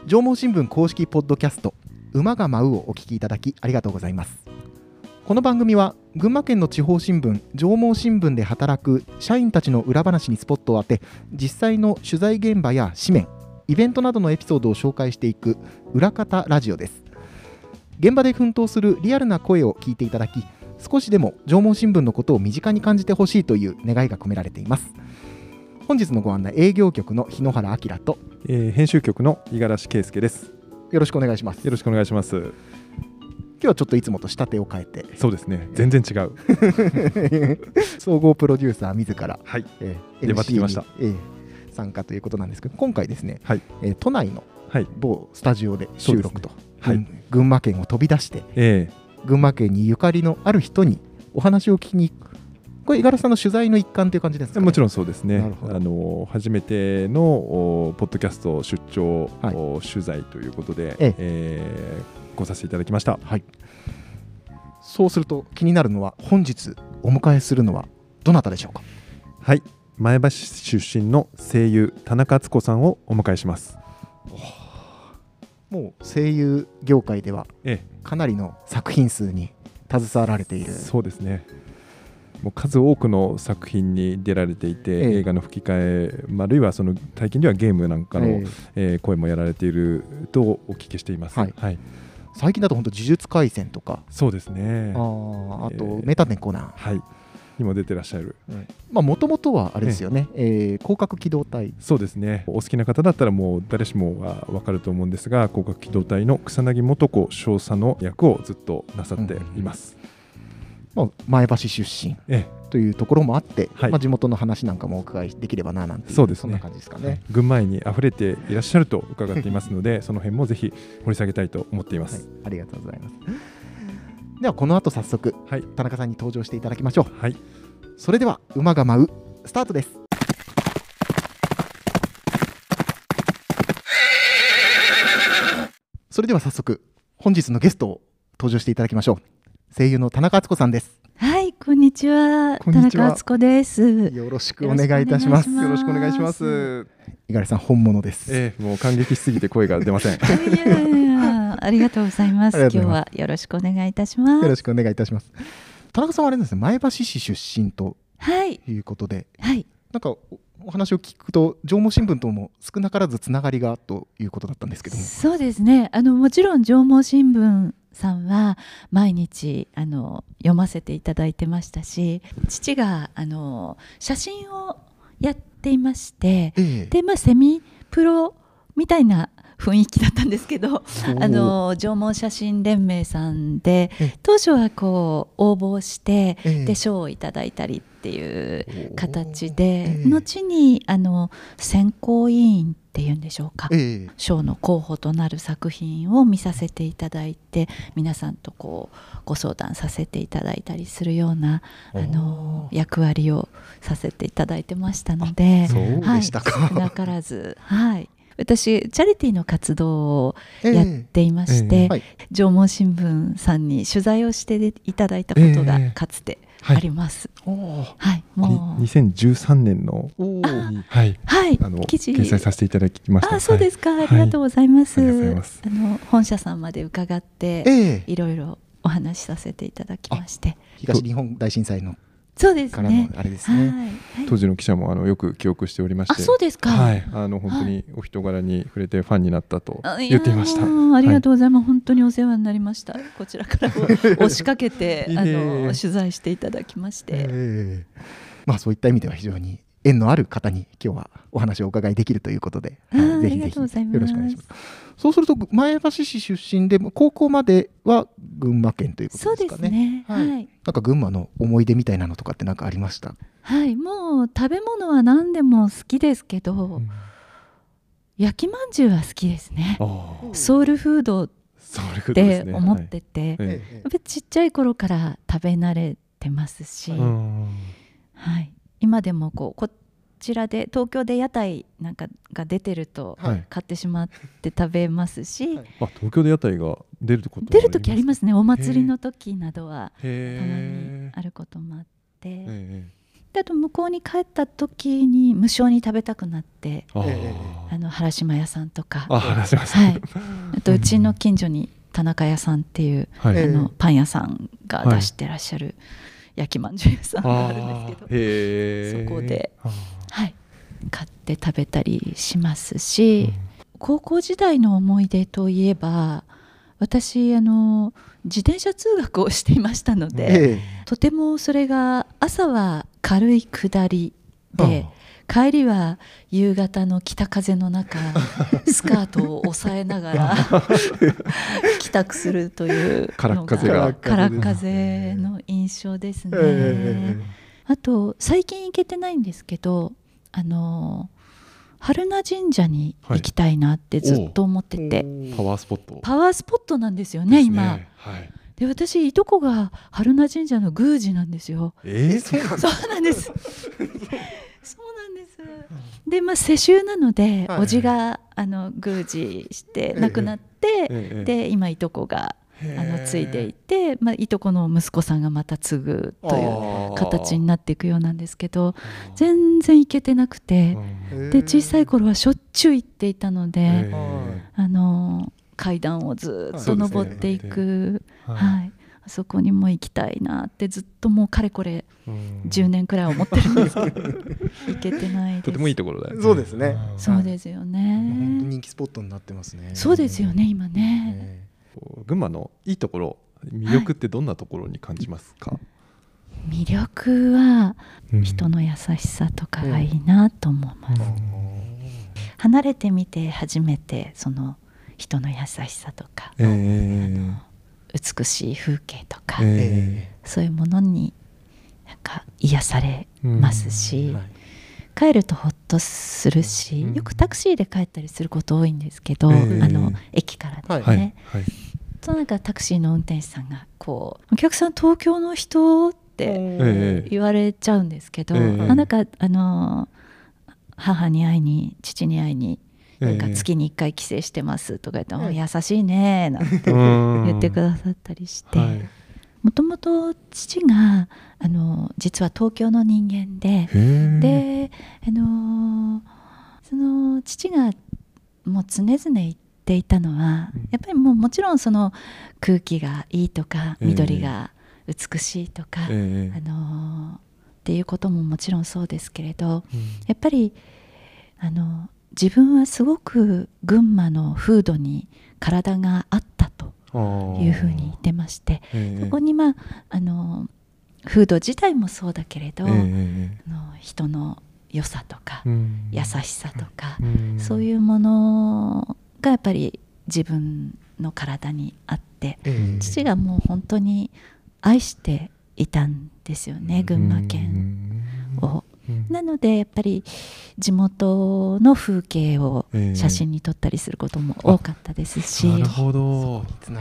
上毛新聞公式ポッドキャスト馬が舞うをお聞きいただきありがとうございます。この番組は群馬県の地方新聞上毛新聞で働く社員たちの裏話にスポットを当て、実際の取材現場や紙面、イベントなどのエピソードを紹介していく裏方ラジオです。現場で奮闘するリアルな声を聞いていただき、少しでも上毛新聞のことを身近に感じてほしいという願いが込められています。本日のご案内、営業局の日野原明と、 編集局の五十嵐圭介です。 よろしくお願いします。 よろしくお願いします。 今日はちょっといつもと仕立てを変えて、 そうですね、全然違う総合プロデューサー自ら、 はい、出張ってきました。 参加ということなんですけど、今回ですね、 はい、 都内の某スタジオで収録と、 はい、 群馬県を飛び出して、群馬県にゆかりのある人にお話を聞きに行く。これ五十嵐さんの取材の一環という感じですかね。 もちろんそうですね。初めてのポッドキャスト出張、取材ということで、来させていただきました。 はい、そうすると気になるのは、本日お迎えするのはどなたでしょうか。 はい、前橋市出身の声優田中敦子さんをお迎えします。 もう声優業界ではかなりの作品数に携わられている。 そうですね、もう数多くの作品に出られていて、映画の吹き替え、あるいはその最近ではゲームなんかの、声もやられているとお聞きしています。はいはい、 最近だと本当呪術廻戦とか、 そうですね、 あとメタネコナン、 はい、にも出てらっしゃる。 もともとはあれですよね、広角機動隊。 そうですね、お好きな方だったらもう誰しもが分かると思うんですが、広角機動隊の草薙素子少佐の役をずっとなさっています。 前橋出身というところもあって、地元の話なんかもお伺いできればななんていう、 そうですね、 そんな感じですかね。 群馬愛にあふれていらっしゃると伺っていますのでその辺もぜひ掘り下げたいと思っています。 ありがとうございます。ではこの後早速、田中さんに登場していただきましょう。はい、それでは馬が舞うスタートです。それでは早速本日のゲストを登場していただきましょう。声優の田中敦子さんです。 はい、こんにちは。田中敦子です。 よろしくお願いいたします。 よろしくお願いします。 五十嵐さん本物です。 もう感激しすぎて声が出ません。 いやありがとうございます。今日はよろしくお願いいたします。 よろしくお願いいたします。田中さんはあれですね、前橋市出身ということで、なんかお話を聞くと上毛新聞とも少なからずつながりがということだったんですけども。 そうですね、もちろん上毛新聞さんは毎日読ませていただいてましたし、父が写真をやっていまして、でセミプロみたいな雰囲気だったんですけど、上毛写真連盟さんで当初はこう応募して、で賞をいただいたりっていう形で、後に選考委員っていうんでしょうか、賞の候補となる作品を見させていただいて、皆さんとこうご相談させていただいたりするような役割をさせていただいてましたので、少なからず、私チャリティーの活動をやっていまして、上毛新聞さんに取材をしていただいたことがかつてあります。もう2013年の記事掲載させていただきました。 そうですか、ありがとうございます。本社さんまで伺っていろいろお話しさせていただきまして、 東日本大震災のそうですね、 あれですね。 当時の記者もよく記憶しておりまして、 そうですか。 本当にお人柄に触れてファンになったと言っていました。 ありがとうございます。本当にお世話になりました。こちらからも押しかけて取材していただきまして、 そういった意味では非常に縁のある方に今日はお話をお伺いできるということで、ぜひぜひよろしくお願いします。そうすると前橋市出身で高校までは群馬県ということですかね。 そうですね。 なんか群馬の思い出みたいなのとかって何かありました？ もう食べ物は何でも好きですけど、焼きまんじゅうは好きですね。ソウルフードって思ってて、やっぱりちっちゃい頃から食べ慣れてますし、今でもこちらで東京で屋台なんかが出てると買ってしまって食べますし、 東京で屋台が出る時ありますね。お祭りの時などはたまにあることもあって、 けど向こうに帰った時に無性に食べたくなって、原島屋さんとか、 原島さん、 はい、あとうちの近所に田中屋さんっていう、パン屋さんが出してらっしゃる焼きまんじゅう屋さんがあるんですけど、そこで、はい、買って食べたりしますし、高校時代の思い出といえば、私自転車通学をしていましたので、とてもそれが朝は軽い下りで、帰りは夕方の北風の中スカートを押さえながら帰宅するというのがからっ風の印象ですね。あと最近行けてないんですけど、榛名神社に行きたいなってずっと思ってて、 パワースポットなんですよね今。で、私いとこが榛名神社の宮司なんですよ。そうなんですそうなんです。で、世襲なので、おじが宮司して亡くなって、で今いとこが継いでいて、いとこの息子さんがまた継ぐという形になっていくようなんですけど、全然行けてなくて、で小さい頃はしょっちゅう行っていたので、階段をずっと登っていく、あそこにも行きたいなってずっともうかれこれ10年くらい思ってるんですけど行けてないです。 とてもいいところだよね。 そうですね。 そうですよね。 本当人気スポットになってますね。 そうですよね今ね。 群馬のいいところ、魅力ってどんなところに感じますか？ 魅力は人の優しさとかがいいなと思います。離れてみて初めてその人の優しさとか、美しい風景とか、そういうものになんか癒されますし、帰るとほっとするし、よくタクシーで帰ったりすること多いんですけど、駅からですね、なんかタクシーの運転手さんがこう、お客さん東京の人って言われちゃうんですけど、なんか母に会いに父に会いになんか月に1回帰省してますとか言って、優しいねなんて言ってくださったりして、もともと父が実は東京の人間で、その父がもう常々言っていたのは、やっぱりもちろんその空気がいいとか緑が美しいとか、っていうことももちろんそうですけれど、やっぱり自分はすごく群馬の風土に体があったというふうに言ってまして、そこに風土自体もそうだけれど、人の良さとか、優しさとか、そういうものがやっぱり自分の体にあって、父がもう本当に愛していたんですよね、群馬県を。なのでやっぱり地元の風景を写真に撮ったりすることも多かったですし、 なるほど、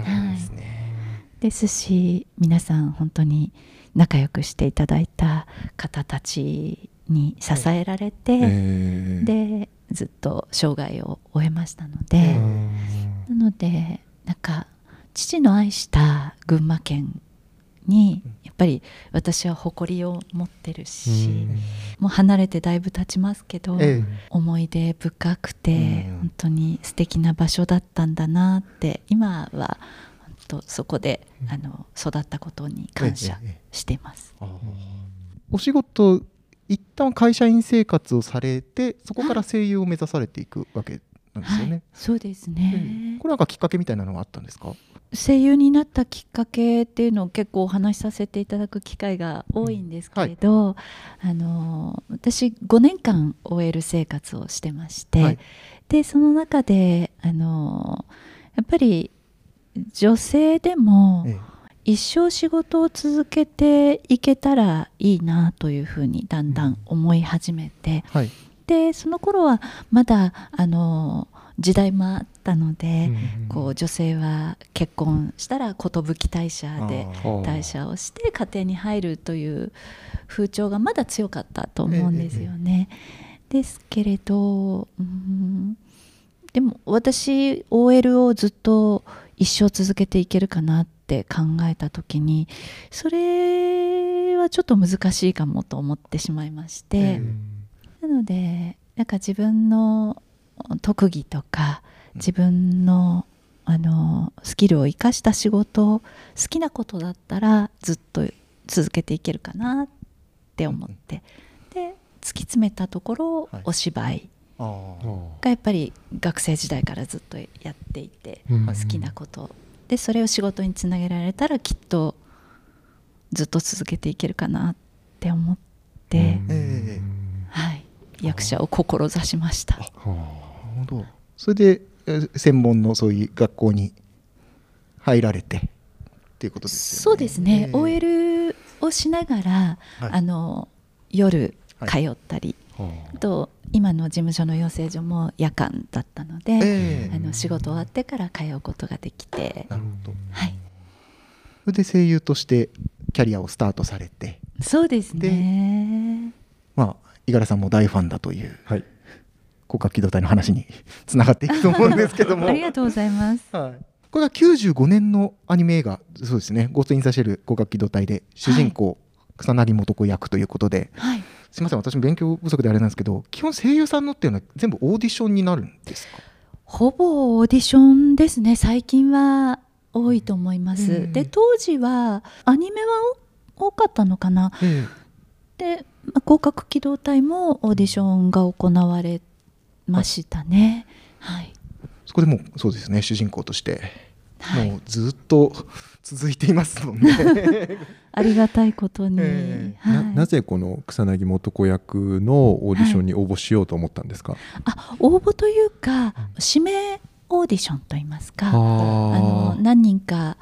ですし、皆さん本当に仲良くしていただいた方たちに支えられて、でずっと生涯を終えましたので、なのでなんか父の愛した群馬県にやっぱり私は誇りを持ってるし、もう離れてだいぶ経ちますけど、思い出深くて本当に素敵な場所だったんだなって、今は本当そこで育ったことに感謝しています。 お仕事一旦会社員生活をされて、そこから声優を目指されていくわけなんですよね。 そうですね。 これなんかきっかけみたいなのがあったんですか？ 声優になったきっかけっていうのを結構お話しさせていただく機会が多いんですけれど、私5年間 OL 生活をしてまして、でその中でやっぱり女性でも一生仕事を続けていけたらいいなというふうにだんだん思い始めて、でその頃はまだ時代もあったので、こう女性は結婚したら寿退社で退社をして家庭に入るという風潮がまだ強かったと思うんですよね。ですけれど、でも私 OL をずっと一生続けていけるかなって考えた時に、それははちょっと難しいかもと思ってしまいまして、なのでなんか自分の特技とか自分のスキルを生かした仕事、好きなことだったらずっと続けていけるかなって思って、で突き詰めたところ、お芝居がやっぱり学生時代からずっとやっていて、好きなことでそれを仕事につなげられたらきっとずっと続けていけるかなって思って、はい、役者を志しました。 なるほど。それで専門のそういう学校に入られてっていうことですよね。 そうですね、OL をしながら、夜通ったり、あと今の事務所の養成所も夜間だったので、仕事終わってから通うことができて。 なるほど。 はい。 それで声優としてキャリアをスタートされて。 そうですね。 五十嵐さんも大ファンだという、はい、広角機動隊の話につながっていくと思うんですけどもありがとうございます、 はい、これが95年のアニメ映画、そうですね、ゴースト・イン・ザ・シェル広角機動隊で主人公、はい、草薙素子役ということで、はい、すみません、私も勉強不足であれなんですけど、基本声優さんのっていうのは全部オーディションになるんですか？ ほぼオーディションですね。最近は多いと思います。で当時はアニメは多かったのかな、で広角機動隊もオーディションが行われましたね、はい、 そこでもそうですね、主人公として、はい、もうずっと続いていますもんねありがたいことに、 なぜこの草薙素子役のオーディションに応募しようと思ったんですか？ 応募というか指名オーディションといいますか、何人か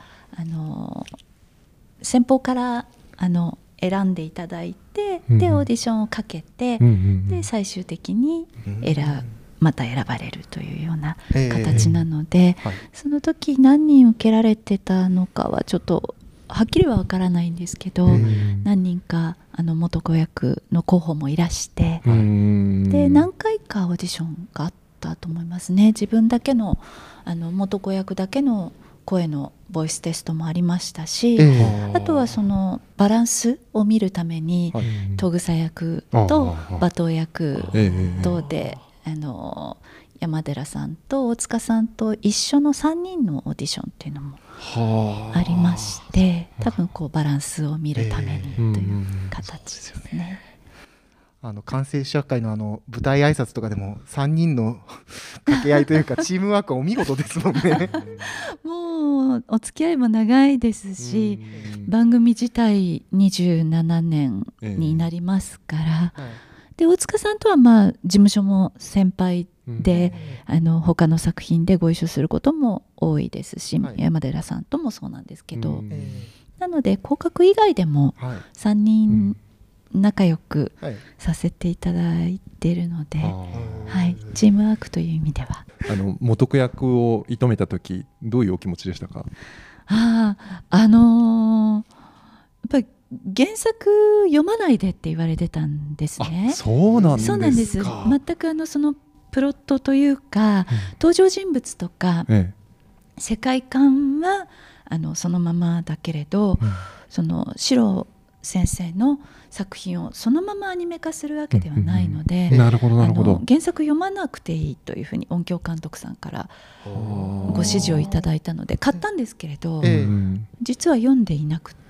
先方から選んでいただいて、でオーディションをかけて、で最終的にまた選ばれるというような形なので、その時何人受けられてたのかはちょっとはっきりは分からないんですけど、何人か素子役の候補もいらして、で何回かオーディションがあったと思いますね。自分だけの素子役だけの声のボイステストもありましたし、あとはそのバランスを見るために戸草役と馬頭役とで山寺さんと大塚さんと一緒の3人のオーディションっていうのもありまして、多分こうバランスを見るためにという形ですね。 完成試写会の舞台挨拶とかでも3人の掛け合いというかチームワークはお見事ですもんねもうお付き合いも長いですし、番組自体27年になりますから、で大塚さんとは事務所も先輩で、他の作品でご一緒することも多いですし、山寺さんともそうなんですけど、なので広角以外でも3人仲良くさせていただいているので、チームワークという意味では素子役を射止めた時どういうお気持ちでしたか？ やっぱり原作読まないでって言われてたんですね。 そうなんですか。 そうなんです。全くそのプロットというか、登場人物とか、世界観はそのままだけれど、その白先生の作品をそのままアニメ化するわけではないので、 なるほどなるほど。 原作読まなくていいというふうに音響監督さんからご指示をいただいたので買ったんですけれど、実は読んでいなく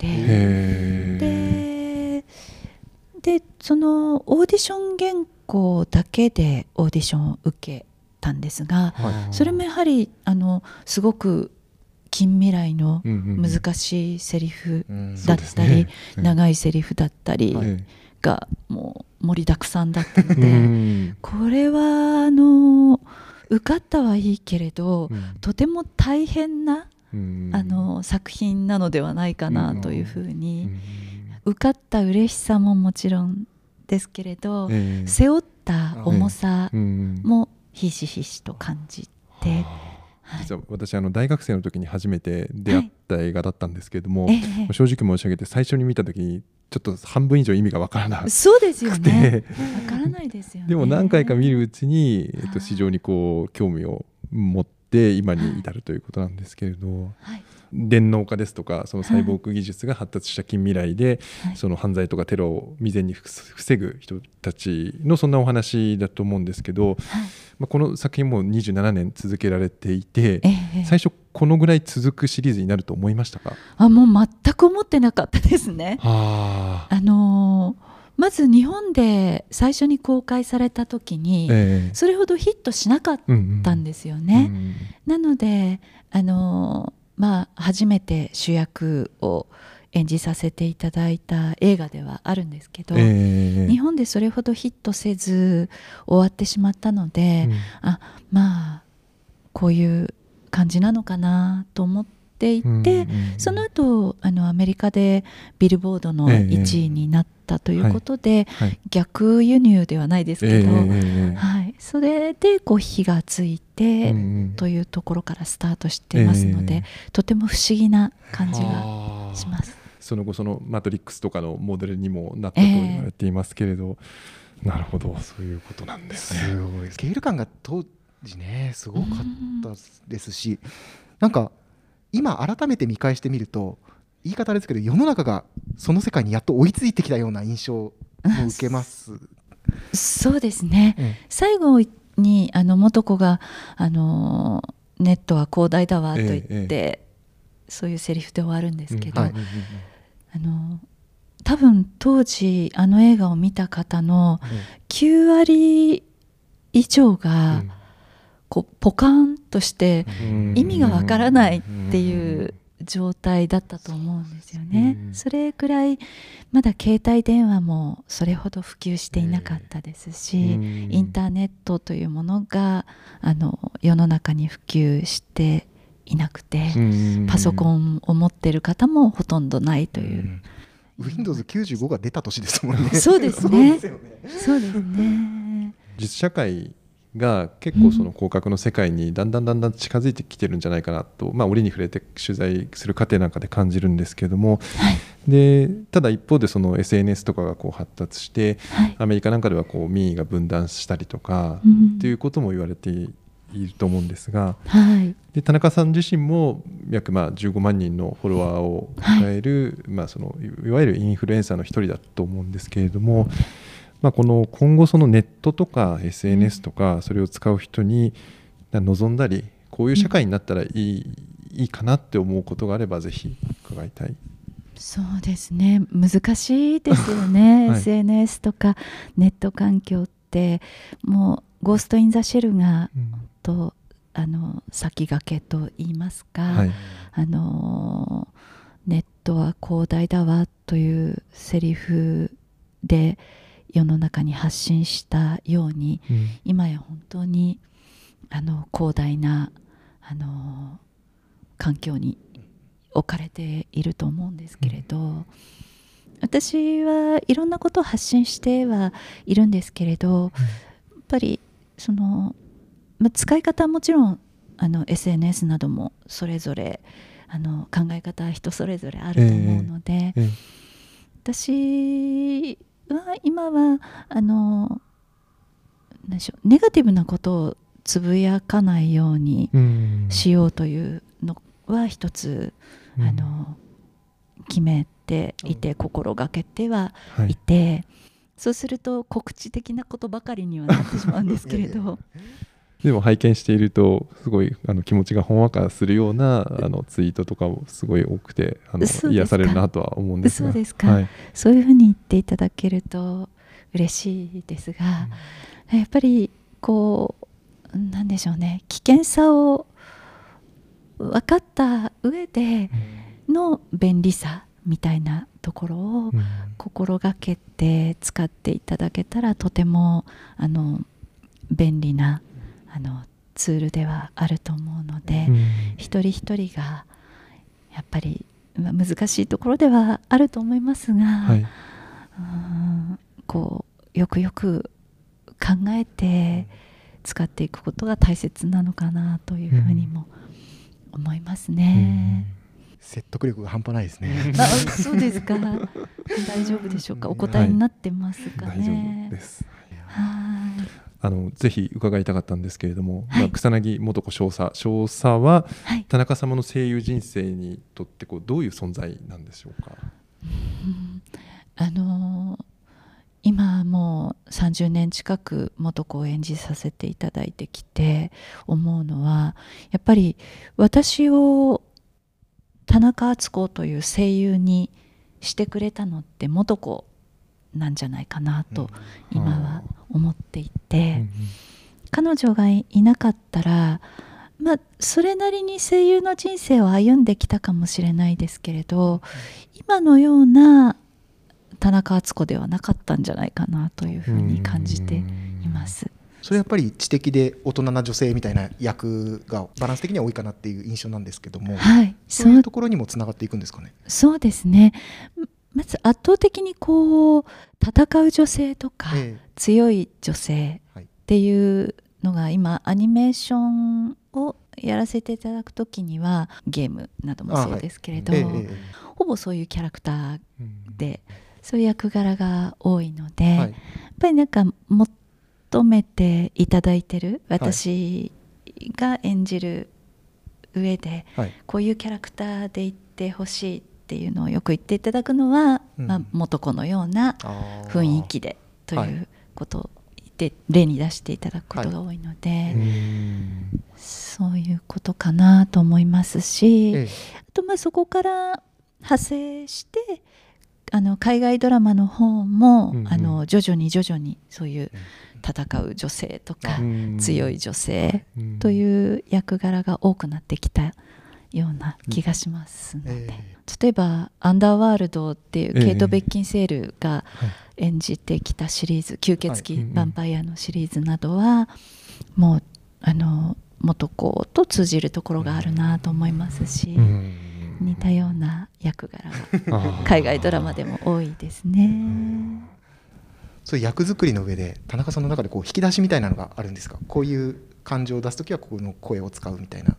て、でそのオーディション原稿だけでオーディションを受けたんですが、それもやはりすごく近未来の難しいセリフだったり、長いセリフだったりがもう盛りだくさんだったので、これは受かったはいいけれど、とても大変な作品なのではないかなというふうに、受かった嬉しさももちろんですけれど、背負った重さもひしひしと感じて、 実は私大学生の時に初めて出会った映画だったんですけれども、正直申し上げて最初に見た時にちょっと半分以上意味がわからなくて、 そうですよね、わからないですよね。 でも何回か見るうちに、非常に興味を持って今に至るということなんですけれど、 電脳化ですとかそのサイボーグ技術が発達した近未来で、その犯罪とかテロを未然に防ぐ人たちのそんなお話だと思うんですけど、この作品も27年続けられていて、最初このぐらい続くシリーズになると思いましたか？ もう全く思ってなかったですね。まず日本で最初に公開された時に、それほどヒットしなかったんですよね。なので初めて主役を演じさせていただいた映画ではあるんですけど、日本でそれほどヒットせず終わってしまったので、こういう感じなのかなと思っていて、その後アメリカでビルボードの1位になったということで、逆輸入ではないですけど、それで火がついてというところからスタートしていますので、とても不思議な感じがします。 その後そのマトリックスとかのモデルにもなったと言われていますけれど、なるほど、そういうことなんですね。 すごいスケール感が当時ねすごかったですし、なんか今改めて見返してみると、言い方ですけど世の中がその世界にやっと追いついてきたような印象も受けます。 そうですね、最後に素子がネットは広大だわと言って、そういうセリフで終わるんですけど、多分当時映画を見た方の9割以上がポカンとして意味がわからないっていう状態だったと思うんですよね。それくらいまだ携帯電話もそれほど普及していなかったですし、インターネットというものが世の中に普及していなくて、パソコンを持っている方もほとんどないという、 Windows95 が出た年ですもんね。 そうですね。そうですね。 実社会が結構その広角の世界にだんだん近づいてきてるんじゃないかなと、折に触れて取材する過程なんかで感じるんですけれども、でただ一方でその SNS とかが発達して、アメリカなんかでは民意が分断したりとか、っていうことも言われていると思うんですが、で田中さん自身も約15万人のフォロワーを抱える、そのいわゆるインフルエンサーの一人だと思うんですけれども、この今後そのネットとか SNS とかそれを使う人に望んだり、こういう社会になったらいいかなって思うことがあればぜひ伺いたい。 そうですね、難しいですよね、SNS とかネット環境ってもうゴースト・イン・ザ・シェルがと先駆けと言いますか、ネットは広大だわというセリフで世の中に発信したように、今や本当に広大な環境に置かれていると思うんですけれど、私はいろんなことを発信してはいるんですけれど、やっぱりその、使い方はもちろんSNS などもそれぞれ考え方は人それぞれあると思うので、私は今は何でしょう、ネガティブなことをつぶやかないようにしようというのは一つ決めていて、心がけてはいて、そうすると告知的なことばかりにはなってしまうんですけれどでも拝見しているとすごい気持ちがほんわかするようなツイートとかもすごい多くて癒されるなとは思うんですが。 そうですか、そういうふうに言っていただけると嬉しいですが、やっぱりなんでしょうね、危険さを分かった上での便利さみたいなところを心がけて使っていただけたら、とても便利なツールではあると思うので、一人一人がやっぱり難しいところではあると思いますが、よくよく考えて使っていくことが大切なのかなというふうにも思いますね。 説得力が半端ないですね。 そうですか。大丈夫でしょうか。お答えになってますかね。 大丈夫です。 ぜひ伺いたかったんですけれども、草薙素子少佐は、田中様の声優人生にとってどういう存在なんでしょうか。 今もう30年近く素子を演じさせていただいてきて思うのは、やっぱり私を田中敦子という声優にしてくれたのって素子なんじゃないかなと今は思っていて、彼女がいなかったら、それなりに声優の人生を歩んできたかもしれないですけれど、今のような田中敦子ではなかったんじゃないかなというふうに感じています。 それやっぱり知的で大人な女性みたいな役がバランス的には多いかなっていう印象なんですけども、そういうところにもつながっていくんですかね。 そうですね。まず圧倒的に戦う女性とか、強い女性っていうのが今アニメーションをやらせていただくときにはゲームなどもそうですけれど、ほぼそういうキャラクターで、そういう役柄が多いので、やっぱり求めていただいてる、私が演じる上で、こういうキャラクターでいってほしいっていうのをよく言っていただくのは、素子のような雰囲気でということを言って例に出していただくことが多いので、そういうことかなと思いますし、あとそこから派生して海外ドラマの方も、徐々にそういう戦う女性とか、強い女性という役柄が多くなってきたような気がしますので、例えばアンダーワールドっていうケイト・ベッキンセールが演じてきたシリーズ、吸血鬼ヴァンパイアのシリーズなどはもう素子と通じるところがあるなと思いますし、似たような役柄が海外ドラマでも多いですね。 そういう役作りの上で田中さんの中で引き出しみたいなのがあるんですか。こういう感情を出すときはこの声を使うみたいな。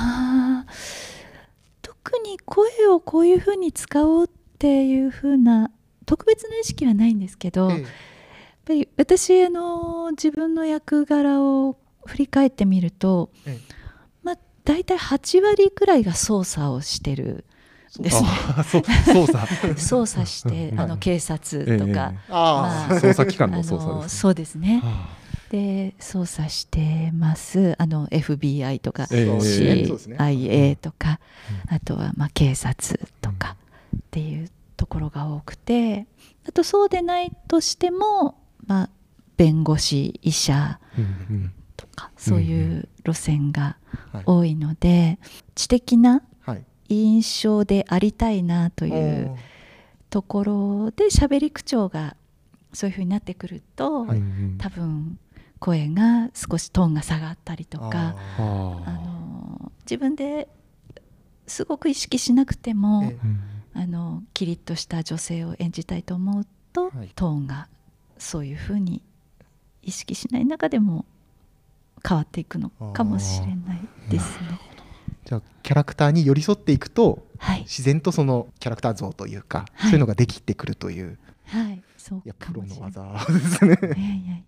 特に声をこういうふうに使おうっていうふうな特別な意識はないんですけど、やっぱり私自分の役柄を振り返ってみると、だいたい8割くらいが操作をしてるんですね。操作して警察とか、 捜査機関の操作ですね。 そうですね。で操作してます。FBI とか CIA とか、あとは警察とかっていうところが多くて、あとそうでないとしても、弁護士、医者とか、そういう路線が多いので、知的な印象でありたいなというところで喋り口調がそういうふうになってくると、多分声が少しトーンが下がったりとか、自分ですごく意識しなくても、キリッとした女性を演じたいと思うと、トーンがそういうふうに意識しない中でも変わっていくのかもしれないですね。 じゃあキャラクターに寄り添っていくと、自然とそのキャラクター像というか、そういうのができてくるという、 そうかもしれない。 プロの技ですね。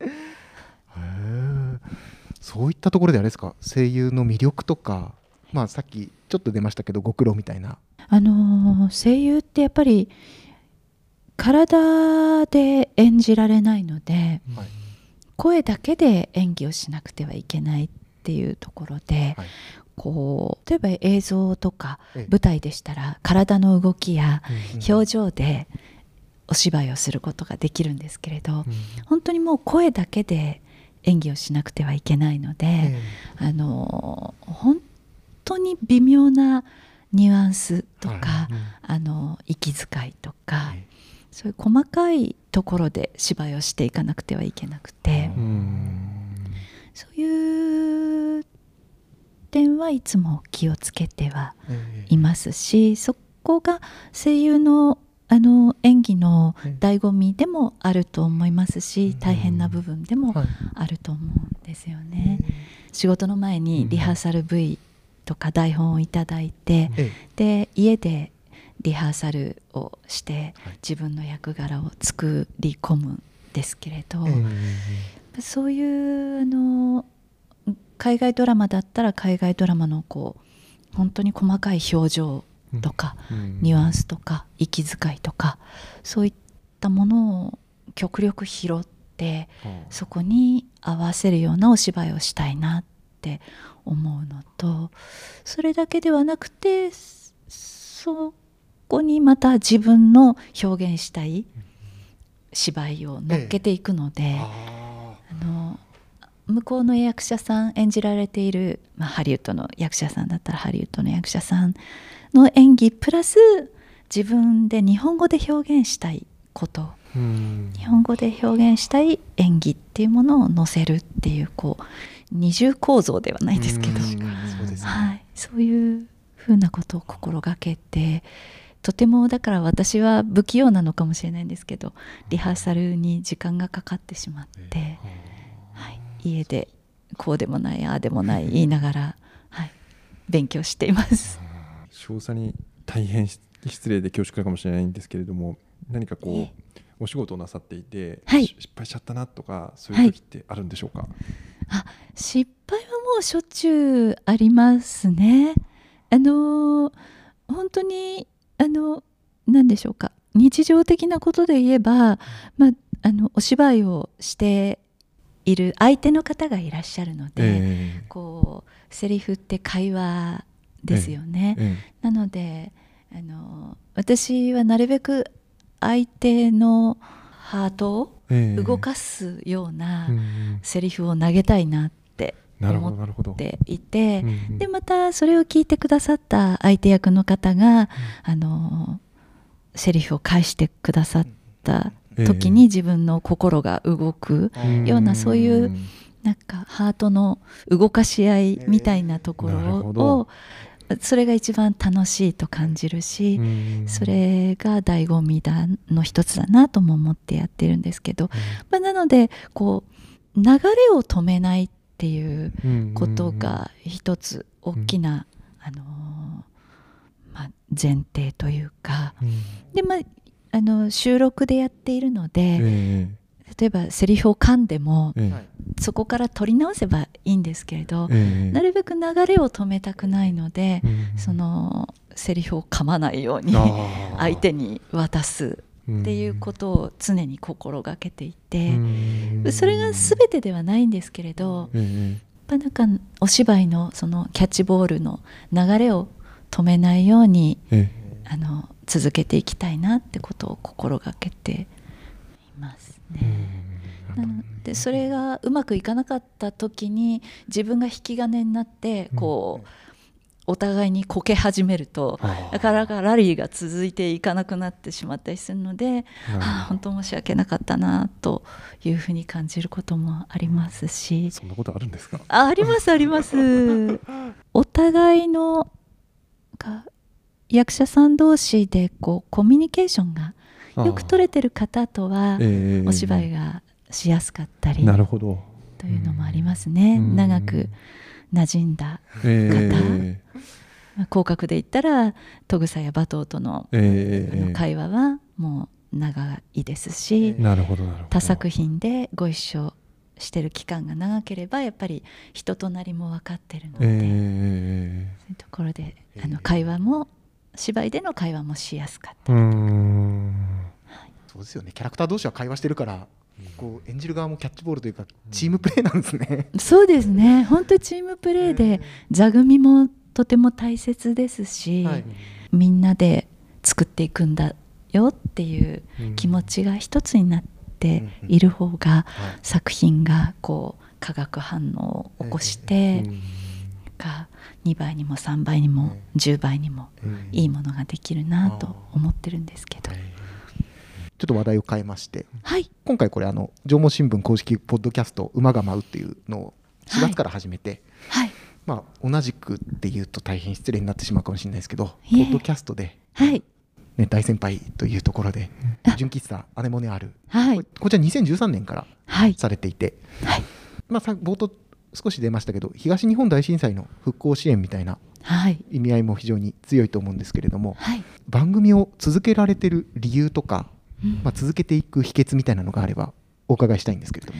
そういったところであれですか、声優の魅力とか、さっきちょっと出ましたけどご苦労みたいな。 声優ってやっぱり体で演じられないので、声だけで演技をしなくてはいけないっていうところで、例えば映像とか舞台でしたら体の動きや表情でお芝居をすることができるんですけれど、本当にもう声だけで演技をしなくてはいけないので、本当に微妙なニュアンスとか、息遣いとか、そういう細かいところで芝居をしていかなくてはいけなくて、そういう点はいつも気をつけてはいますし、そこが声優の演技の醍醐味でもあると思いますし、大変な部分でもあると思うんですよね。仕事の前にリハーサル V とか台本をいただいて、で家でリハーサルをして自分の役柄を作り込むんですけれど、 そういう海外ドラマだったら海外ドラマのこう本当に細かい表情とか、ニュアンスとか息遣いとかそういったものを極力拾って、そこに合わせるようなお芝居をしたいなって思うのと、それだけではなくてそこにまた自分の表現したい芝居を乗っけていくので、向こうの役者さん演じられている、ハリウッドの役者さんだったらハリウッドの役者さんの演技プラス自分で日本語で表現したいこと、日本語で表現したい演技っていうものを載せるっていう、こう二重構造ではないですけど、そういうふうなことを心がけて、とてもだから私は不器用なのかもしれないんですけど、リハーサルに時間がかかってしまって、家でこうでもないああでもない言いながら、勉強しています。 少佐に大変失礼で恐縮かもしれないんですけれども、何かこうお仕事をなさっていて、失敗しちゃったなとかそういう時ってあるんでしょうか？ 失敗はもうしょっちゅうありますね。本当に何でしょうか、日常的なことで言えば、お芝居をしている相手の方がいらっしゃるので、こうセリフって会話ですよね。なので私はなるべく相手のハートを動かすようなセリフを投げたいなって思っていて、でまたそれを聞いてくださった相手役の方がセリフを返してくださった時に自分の心が動くような、そういうなんかハートの動かし合いみたいなところを、それが一番楽しいと感じるし、それが醍醐味の一つだなとも思ってやってるんですけど、なのでこう流れを止めないっていうことが一つ大きな、前提というか、で収録でやっているので、例えばセリフを噛んでも、そこから取り直せばいいんですけれど、なるべく流れを止めたくないので、そのセリフを噛まないように相手に渡すっていうことを常に心がけていて、それが全てではないんですけれど、なんかお芝居のそのキャッチボールの流れを止めないように続けていきたいなってことを心がけていますね。なのでそれがうまくいかなかった時に自分が引き金になってこう、お互いにこけ始めるとなかなかラリーが続いていかなくなってしまったりするので、本当申し訳なかったなというふうに感じることもありますし。 そんなことあるんですか？ ありますあります。お互いの役者さん同士でこうコミュニケーションがよく取れてる方とはお芝居がしやすかったりというのもありますね。長く馴染んだ方、広角で言ったら戸草や馬頭との会話はもう長いですし、他作品でご一緒してる期間が長ければやっぱり人となりも分かってるので、そういうところで会話も芝居での会話もしやすかったりとか。 そうですよね、キャラクター同士は会話してるからこう演じる側もキャッチボールというかチームプレーなんですね。 そうですね、本当にチームプレーで座組もとても大切ですし、みんなで作っていくんだよっていう気持ちが一つになっている方が作品がこう化学反応を起こして2倍にも3倍にも10倍にもいいものができるなと思ってるんですけど、 ちょっと話題を変えまして、今回これ上毛新聞公式ポッドキャスト馬が舞うっていうのを4月から始めて、同じくっていうと大変失礼になってしまうかもしれないですけど、ポッドキャストで、大先輩というところで純喫茶アネモネある、こちら2013年からされていて、冒頭少し出ましたけど東日本大震災の復興支援みたいな意味合いも非常に強いと思うんですけれども、番組を続けられてる理由とか、続けていく秘訣みたいなのがあればお伺いしたいんですけれども。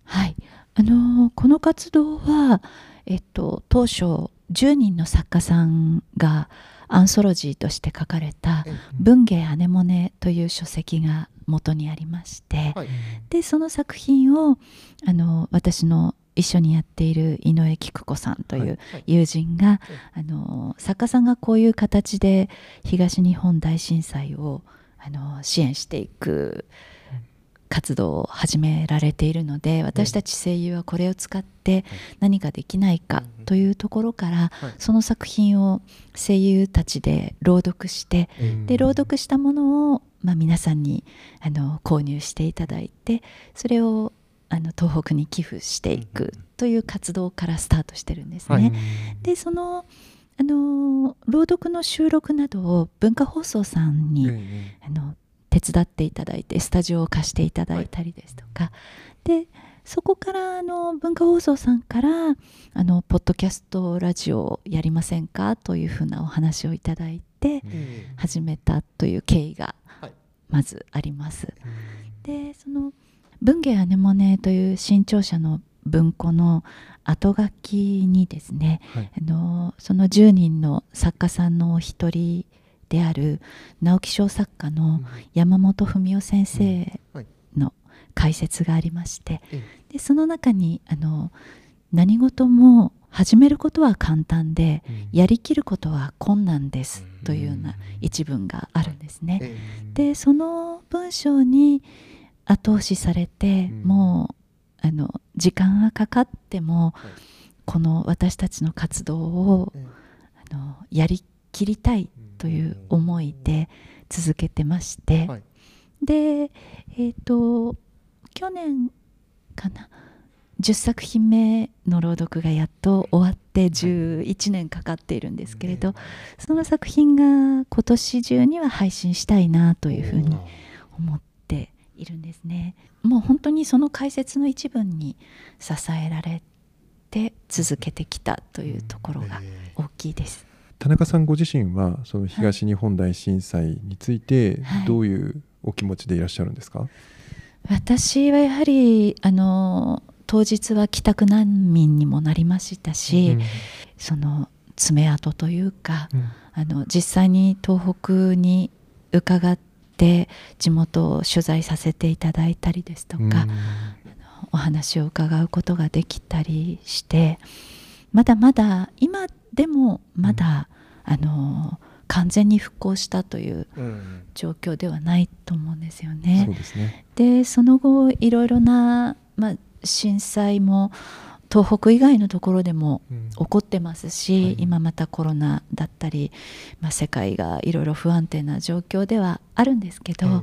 はい、この活動は、当初10人の作家さんがアンソロジーとして書かれた「文芸アネモネ」という書籍が元にありまして、はい、でその作品を私の一緒にやっている井上菊子さんという友人が、作家さんがこういう形で東日本大震災を支援していく活動を始められているので、私たち声優はこれを使って何かできないかというところから、その作品を声優たちで朗読して、で朗読したものを、皆さんに購入していただいて、それを東北に寄付していくという活動からスタートしてるんですね。でその朗読の収録などを文化放送さんに、手伝っていただいて、スタジオを貸していただいたりですとか、でそこから文化放送さんからポッドキャストラジオをやりませんかというふうなお話をいただいて始めたという経緯がまずあります。でその文芸アネモネという新潮社の文庫の後書きにですね、その10人の作家さんのお一人である直木賞作家の山本文夫先生の解説がありまして、でその中に何事も始めることは簡単で、やりきることは困難ですというような一文があるんですね。でその文章に後押しされて、もう時間がかかっても、この私たちの活動をやりきりたいという思いで続けてまして、で去年かな、10作品目の朗読がやっと終わって11年かかっているんですけれど、その作品が今年中には配信したいなというふうに思っているんですね。もう本当にその解説の一文に支えられて続けてきたというところが大きいです。 田中さんご自身はその東日本大震災についてどういうお気持ちでいらっしゃるんですか？ 私はやはり当日は帰宅難民にもなりましたし、その爪痕というか、実際に東北に伺って地元を取材させていただいたりですとか、お話を伺うことができたりして、まだまだ今でもまだ、完全に復興したという状況ではないと思うんですよね。 そうですね。 でその後いろいろな、震災も東北以外のところでも起こってますし、今またコロナだったり、世界がいろいろ不安定な状況ではあるんですけど、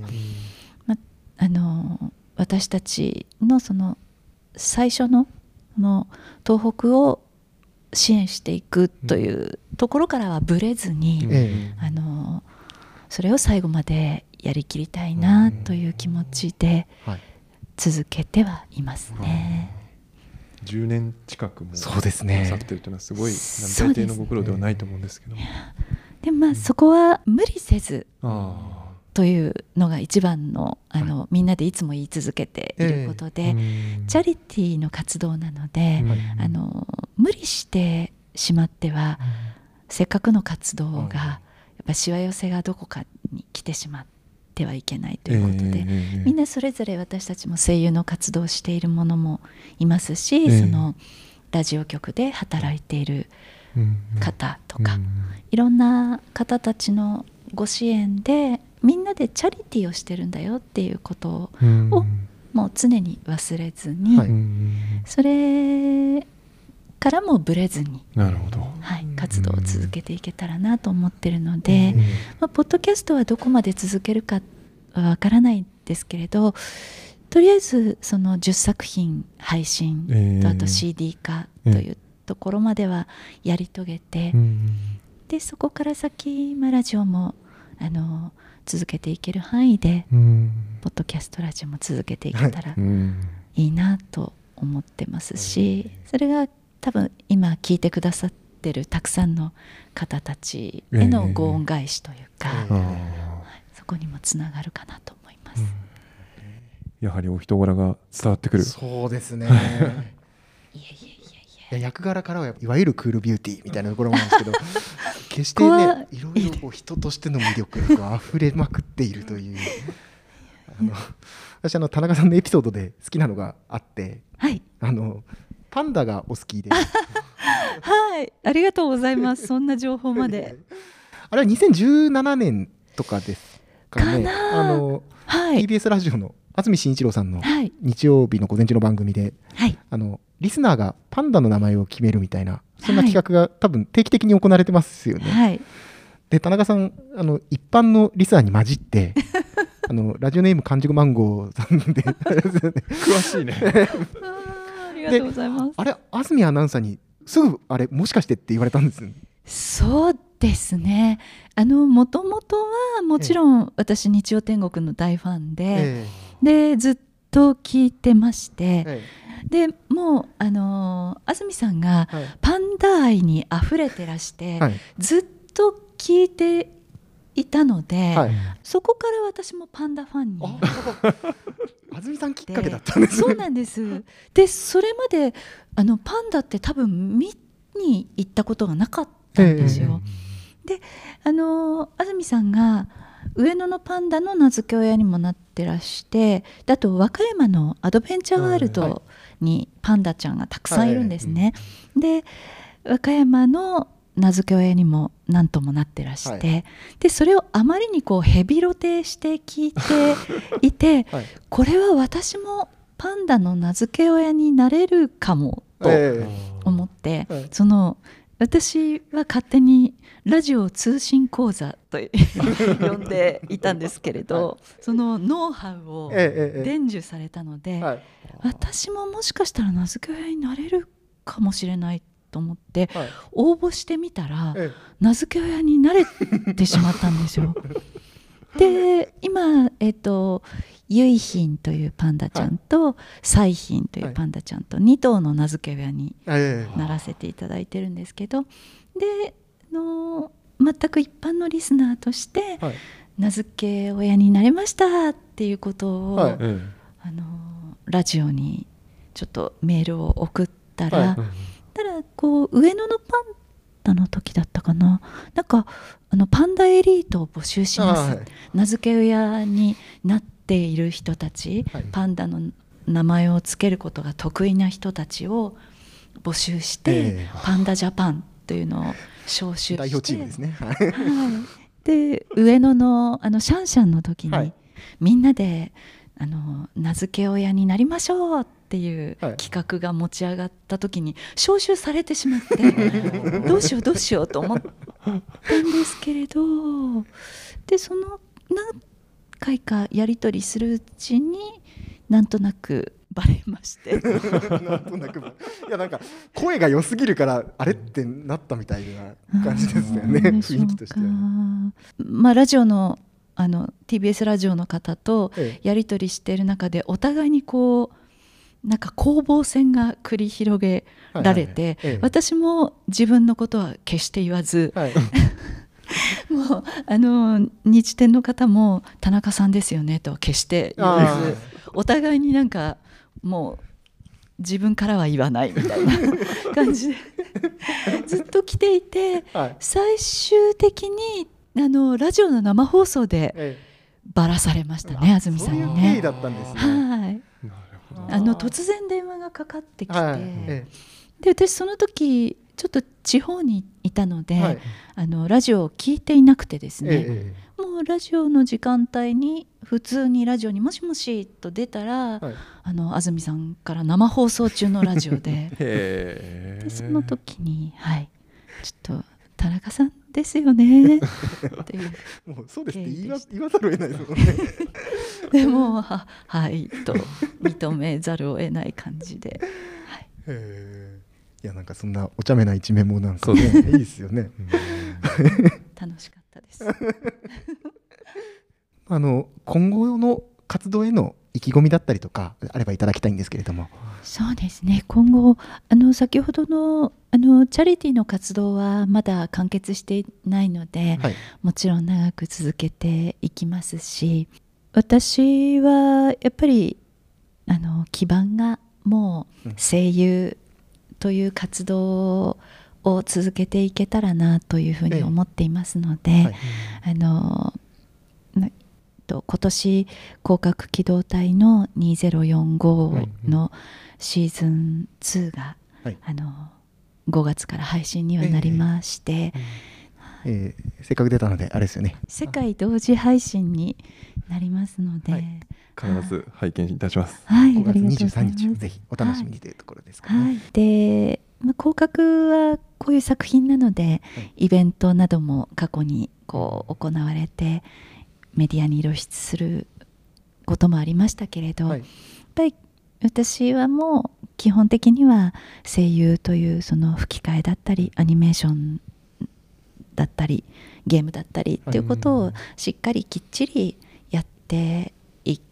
私たちのその最初の東北を支援していくというところからはぶれずに、それを最後までやりきりたいなという気持ちで続けてはいますね。 10年近くもそうですね、 経ってるというのはすごい大抵のご苦労ではないと思うんですけど、 でそこは無理せずというのが一番の、みんなでいつも言い続けていることで、チャリティーの活動なので、無理してしまっては、せっかくの活動がやっぱしわ寄せがどこかに来てしまってはいけないということで、みんなそれぞれ私たちも声優の活動をしているものもいますし、そのラジオ局で働いている方とか、いろんな方たちのご支援でみんなでチャリティーをしてるんだよっていうことをもう常に忘れずに、それからもぶれずに、活動を続けていけたらなと思ってるので、ポッドキャストはどこまで続けるかはわからないんですけれど、とりあえずその10作品配信と、あと CD 化というところまではやり遂げて、でそこから先、ラジオも続けていける範囲で、ポッドキャストラジオも続けていけたらいいなと思ってますし、それが多分今聞いてくださってるたくさんの方たちへのご恩返しというか、そこにもつながるかなと思います。 やはりお人柄が伝わってくる。 そうですねいや役柄からはいわゆるクールビューティーみたいなところもあるんですけど決してねいろいろ人としての魅力が溢れまくっているという私田中さんのエピソードで好きなのがあって、 はい、 パンダがお好きではい、ありがとうございますそんな情報まであれは2017年とかですかね。 はい、 TBS ラジオの安住紳一郎さんの日曜日の午前中の番組で、はい、リスナーがパンダの名前を決めるみたいなそんな企画が多分定期的に行われてますよね、はい、で田中さん一般のリスナーに混じってラジオネーム完熟マンゴーさんで詳しいねありがとうございます。 あれ安住アナウンサーにすぐあれもしかしてって言われたんですよね。 そうですね。もともとはもちろん私日曜天国の大ファンで、でずっと聞いてまして、でもう安住さんがパンダ愛にあふれてらして、ずっと聞いていたので、そこから私もパンダファンに安住さんきっかけだったんですね。 そうなんです。でそれまでパンダって多分見に行ったことがなかったんですよ。で安住さんが上野のパンダの名付け親にもなってらして、あと和歌山のアドベンチャーワールドにパンダちゃんがたくさんいるんですね。で和歌山の名付け親にも何ともなってらして、でそれをあまりにヘビロテして聞いていて、これは私もパンダの名付け親になれるかもと思って、私は勝手にラジオ通信講座と呼んでいたんですけれど、そのノウハウを伝授されたので、私ももしかしたら名付け親になれるかもしれないと思って応募してみたら、名付け親になれてしまったんですよ。で今ゆいひんというパンダちゃんとさいひんというパンダちゃんと2頭の名付け親にならせていただいてるんですけど、で全く一般のリスナーとして名付け親になれましたっていうことをラジオにちょっとメールを送ったら、上野のパンダの時だったかな、なんかパンダエリートを募集します、名付け親になっている人たち、パンダの名前をつけることが得意な人たちを募集して、パンダジャパンというのを招集して代表チームですね、 で上野のシャンシャンの時に、みんなで名付け親になりましょうっていう企画が持ち上がった時に招集されてしまってどうしようと思ったんですけれど、でその何回かやり取りするうちになんとなくバレましてなんとなくいやなんか声が良すぎるからあれってなったみたいな感じですよね雰囲気としては。 ラジオのTBS ラジオの方とやり取りしている中でお互いになんか攻防戦が繰り広げられて、私も自分のことは決して言わず、もう日天の方も田中さんですよねと決して言わず、お互いになんかもう自分からは言わないみたいな感じでずっと来ていて、最終的にラジオの生放送でばらされましたね、安住さんにね。 そういう経緯だったんですね。 突然電話がかかってきて、で私その時ちょっと地方にいたので、ラジオを聞いていなくてですね、もうラジオの時間帯に普通にラジオにもしもしと出たら、安住さんから生放送中のラジオででその時にちょっと田中さんですよねっていうもうそうですって言わざるを得ないですもんねでもはいと認めざるを得ない感じで、 いやなんかそんなお茶目な一面もなんか、ね、いいですよね楽しかったです今後の活動への意気込みだったりとかあればいただきたいんですけれども。 そうですね、今後先ほどのチャリティーの活動はまだ完結していないので、もちろん長く続けていきますし、私はやっぱり基盤がもう声優という活動を続けていけたらなというふうに思っていますので、今年広角機動隊の2045のシーズン2が、5月から配信にはなりまして、 せっかく出たのであれですよね、 世界同時配信になりますので、 必ず拝見いたします。 5月23日ぜひお楽しみにというところですかね。 で、広角はこういう作品なので、イベントなども過去にこう行われてメディアに露出することもありましたけれど、やっぱり私はもう基本的には声優というその吹き替えだったりアニメーションだったりゲームだったりっていうことをしっかりきっちりやっていって、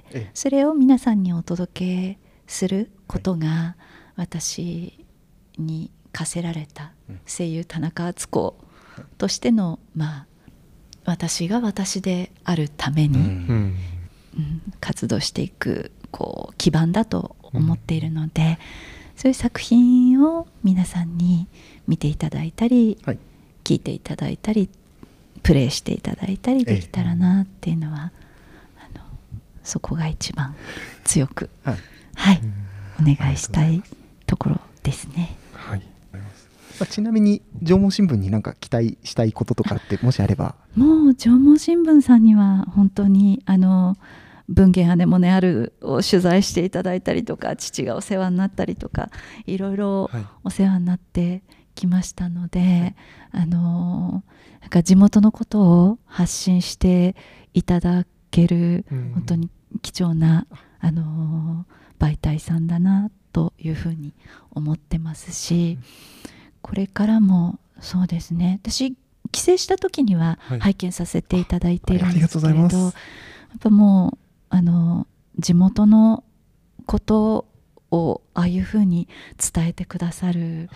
それを皆さんにお届けすることが私に課せられた声優田中敦子としての、私が私であるために、活動していくこう基盤だと思っているので、そういう作品を皆さんに見ていただいたり、聞いていただいたりプレイしていただいたりできたらなっていうのは、そこが一番強く、お願いしたいところですね。 ちなみに上毛新聞に何か期待したいこととかってもしあれば。 もう上毛新聞さんには本当に文芸アネモネあるを取材していただいたりとか、父がお世話になったりとかいろいろお世話になってきましたので、なんか地元のことを発信していただける本当に貴重な媒体さんだなというふうに思ってますし、これからもそうですね、私帰省した時には拝見させていただいているんですけれど、やっぱもう地元のことをああいうふうに伝えてくださる、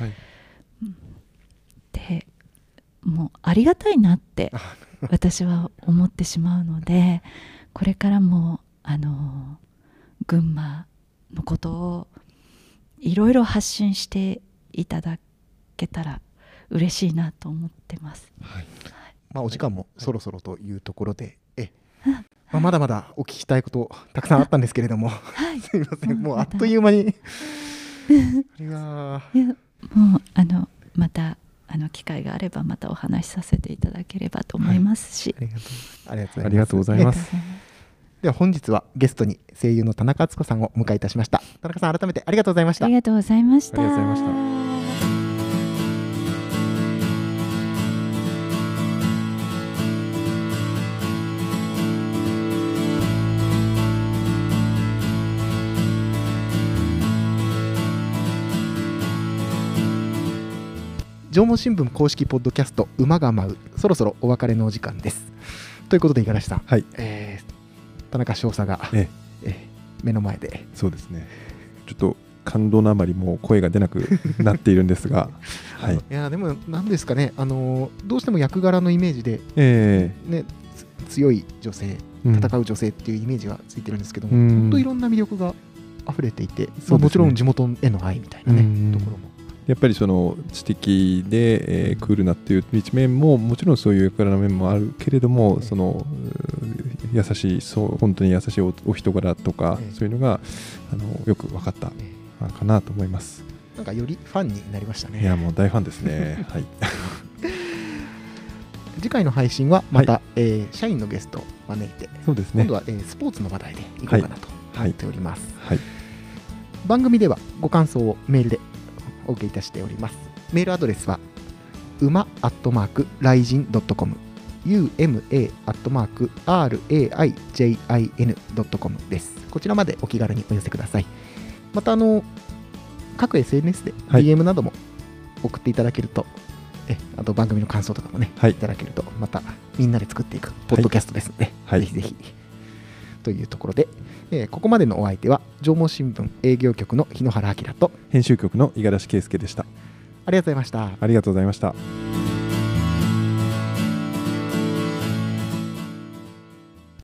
でもうありがたいなって私は思ってしまうので、これからも群馬のことをいろいろ発信していただけたら嬉しいなと思ってます。 お時間もそろそろというところで、まだまだお聞きしたいことたくさんあったんですけれども、すみません、もうあっという間にいやもうまた機会があればまたお話しさせていただければと思いますし、 ありがとうございます。では本日はゲストに声優の田中敦子さんをお迎えいたしました。田中さん、改めてありがとうございました。 ありがとうございました。 上毛新聞公式ポッドキャスト馬が舞う、そろそろお別れのお時間です。ということで五十嵐さん、田中少佐が、目の前で、 そうですね、ちょっと感動のあまりもう声が出なくなっているんですが、 いやでも何ですかね、どうしても役柄のイメージで、強い女性、戦う女性っていうイメージがついてるんですけども、本当いろんな魅力が溢れていて、もちろん地元への愛みたいなね、ところもやっぱりその知的で、クールなっていう一面ももちろんそういう役柄の面もあるけれども、その優しい、本当に優しい お人柄とか、そういうのがよく分かったかなと思います。 なんかよりファンになりましたね。 いやもう大ファンですね。 次回の配信はまた、社員のゲストを招いて、 そうですね、 今度は、スポーツの話題でいこうかなと思っております。番組ではご感想をメールでお受けいたしております。メールアドレスはuma@raijin.com uma@raijin.com です。こちらまでお気軽にお寄せください。また各 SNS で DM なども送っていただけると、あと番組の感想とかもね、いただけると、またみんなで作っていくポッドキャストですので、ぜひぜひというところで、ここまでのお相手は上毛新聞営業局の日野原明と編集局の五十嵐圭介でした。 ありがとうございました。 ありがとうございました。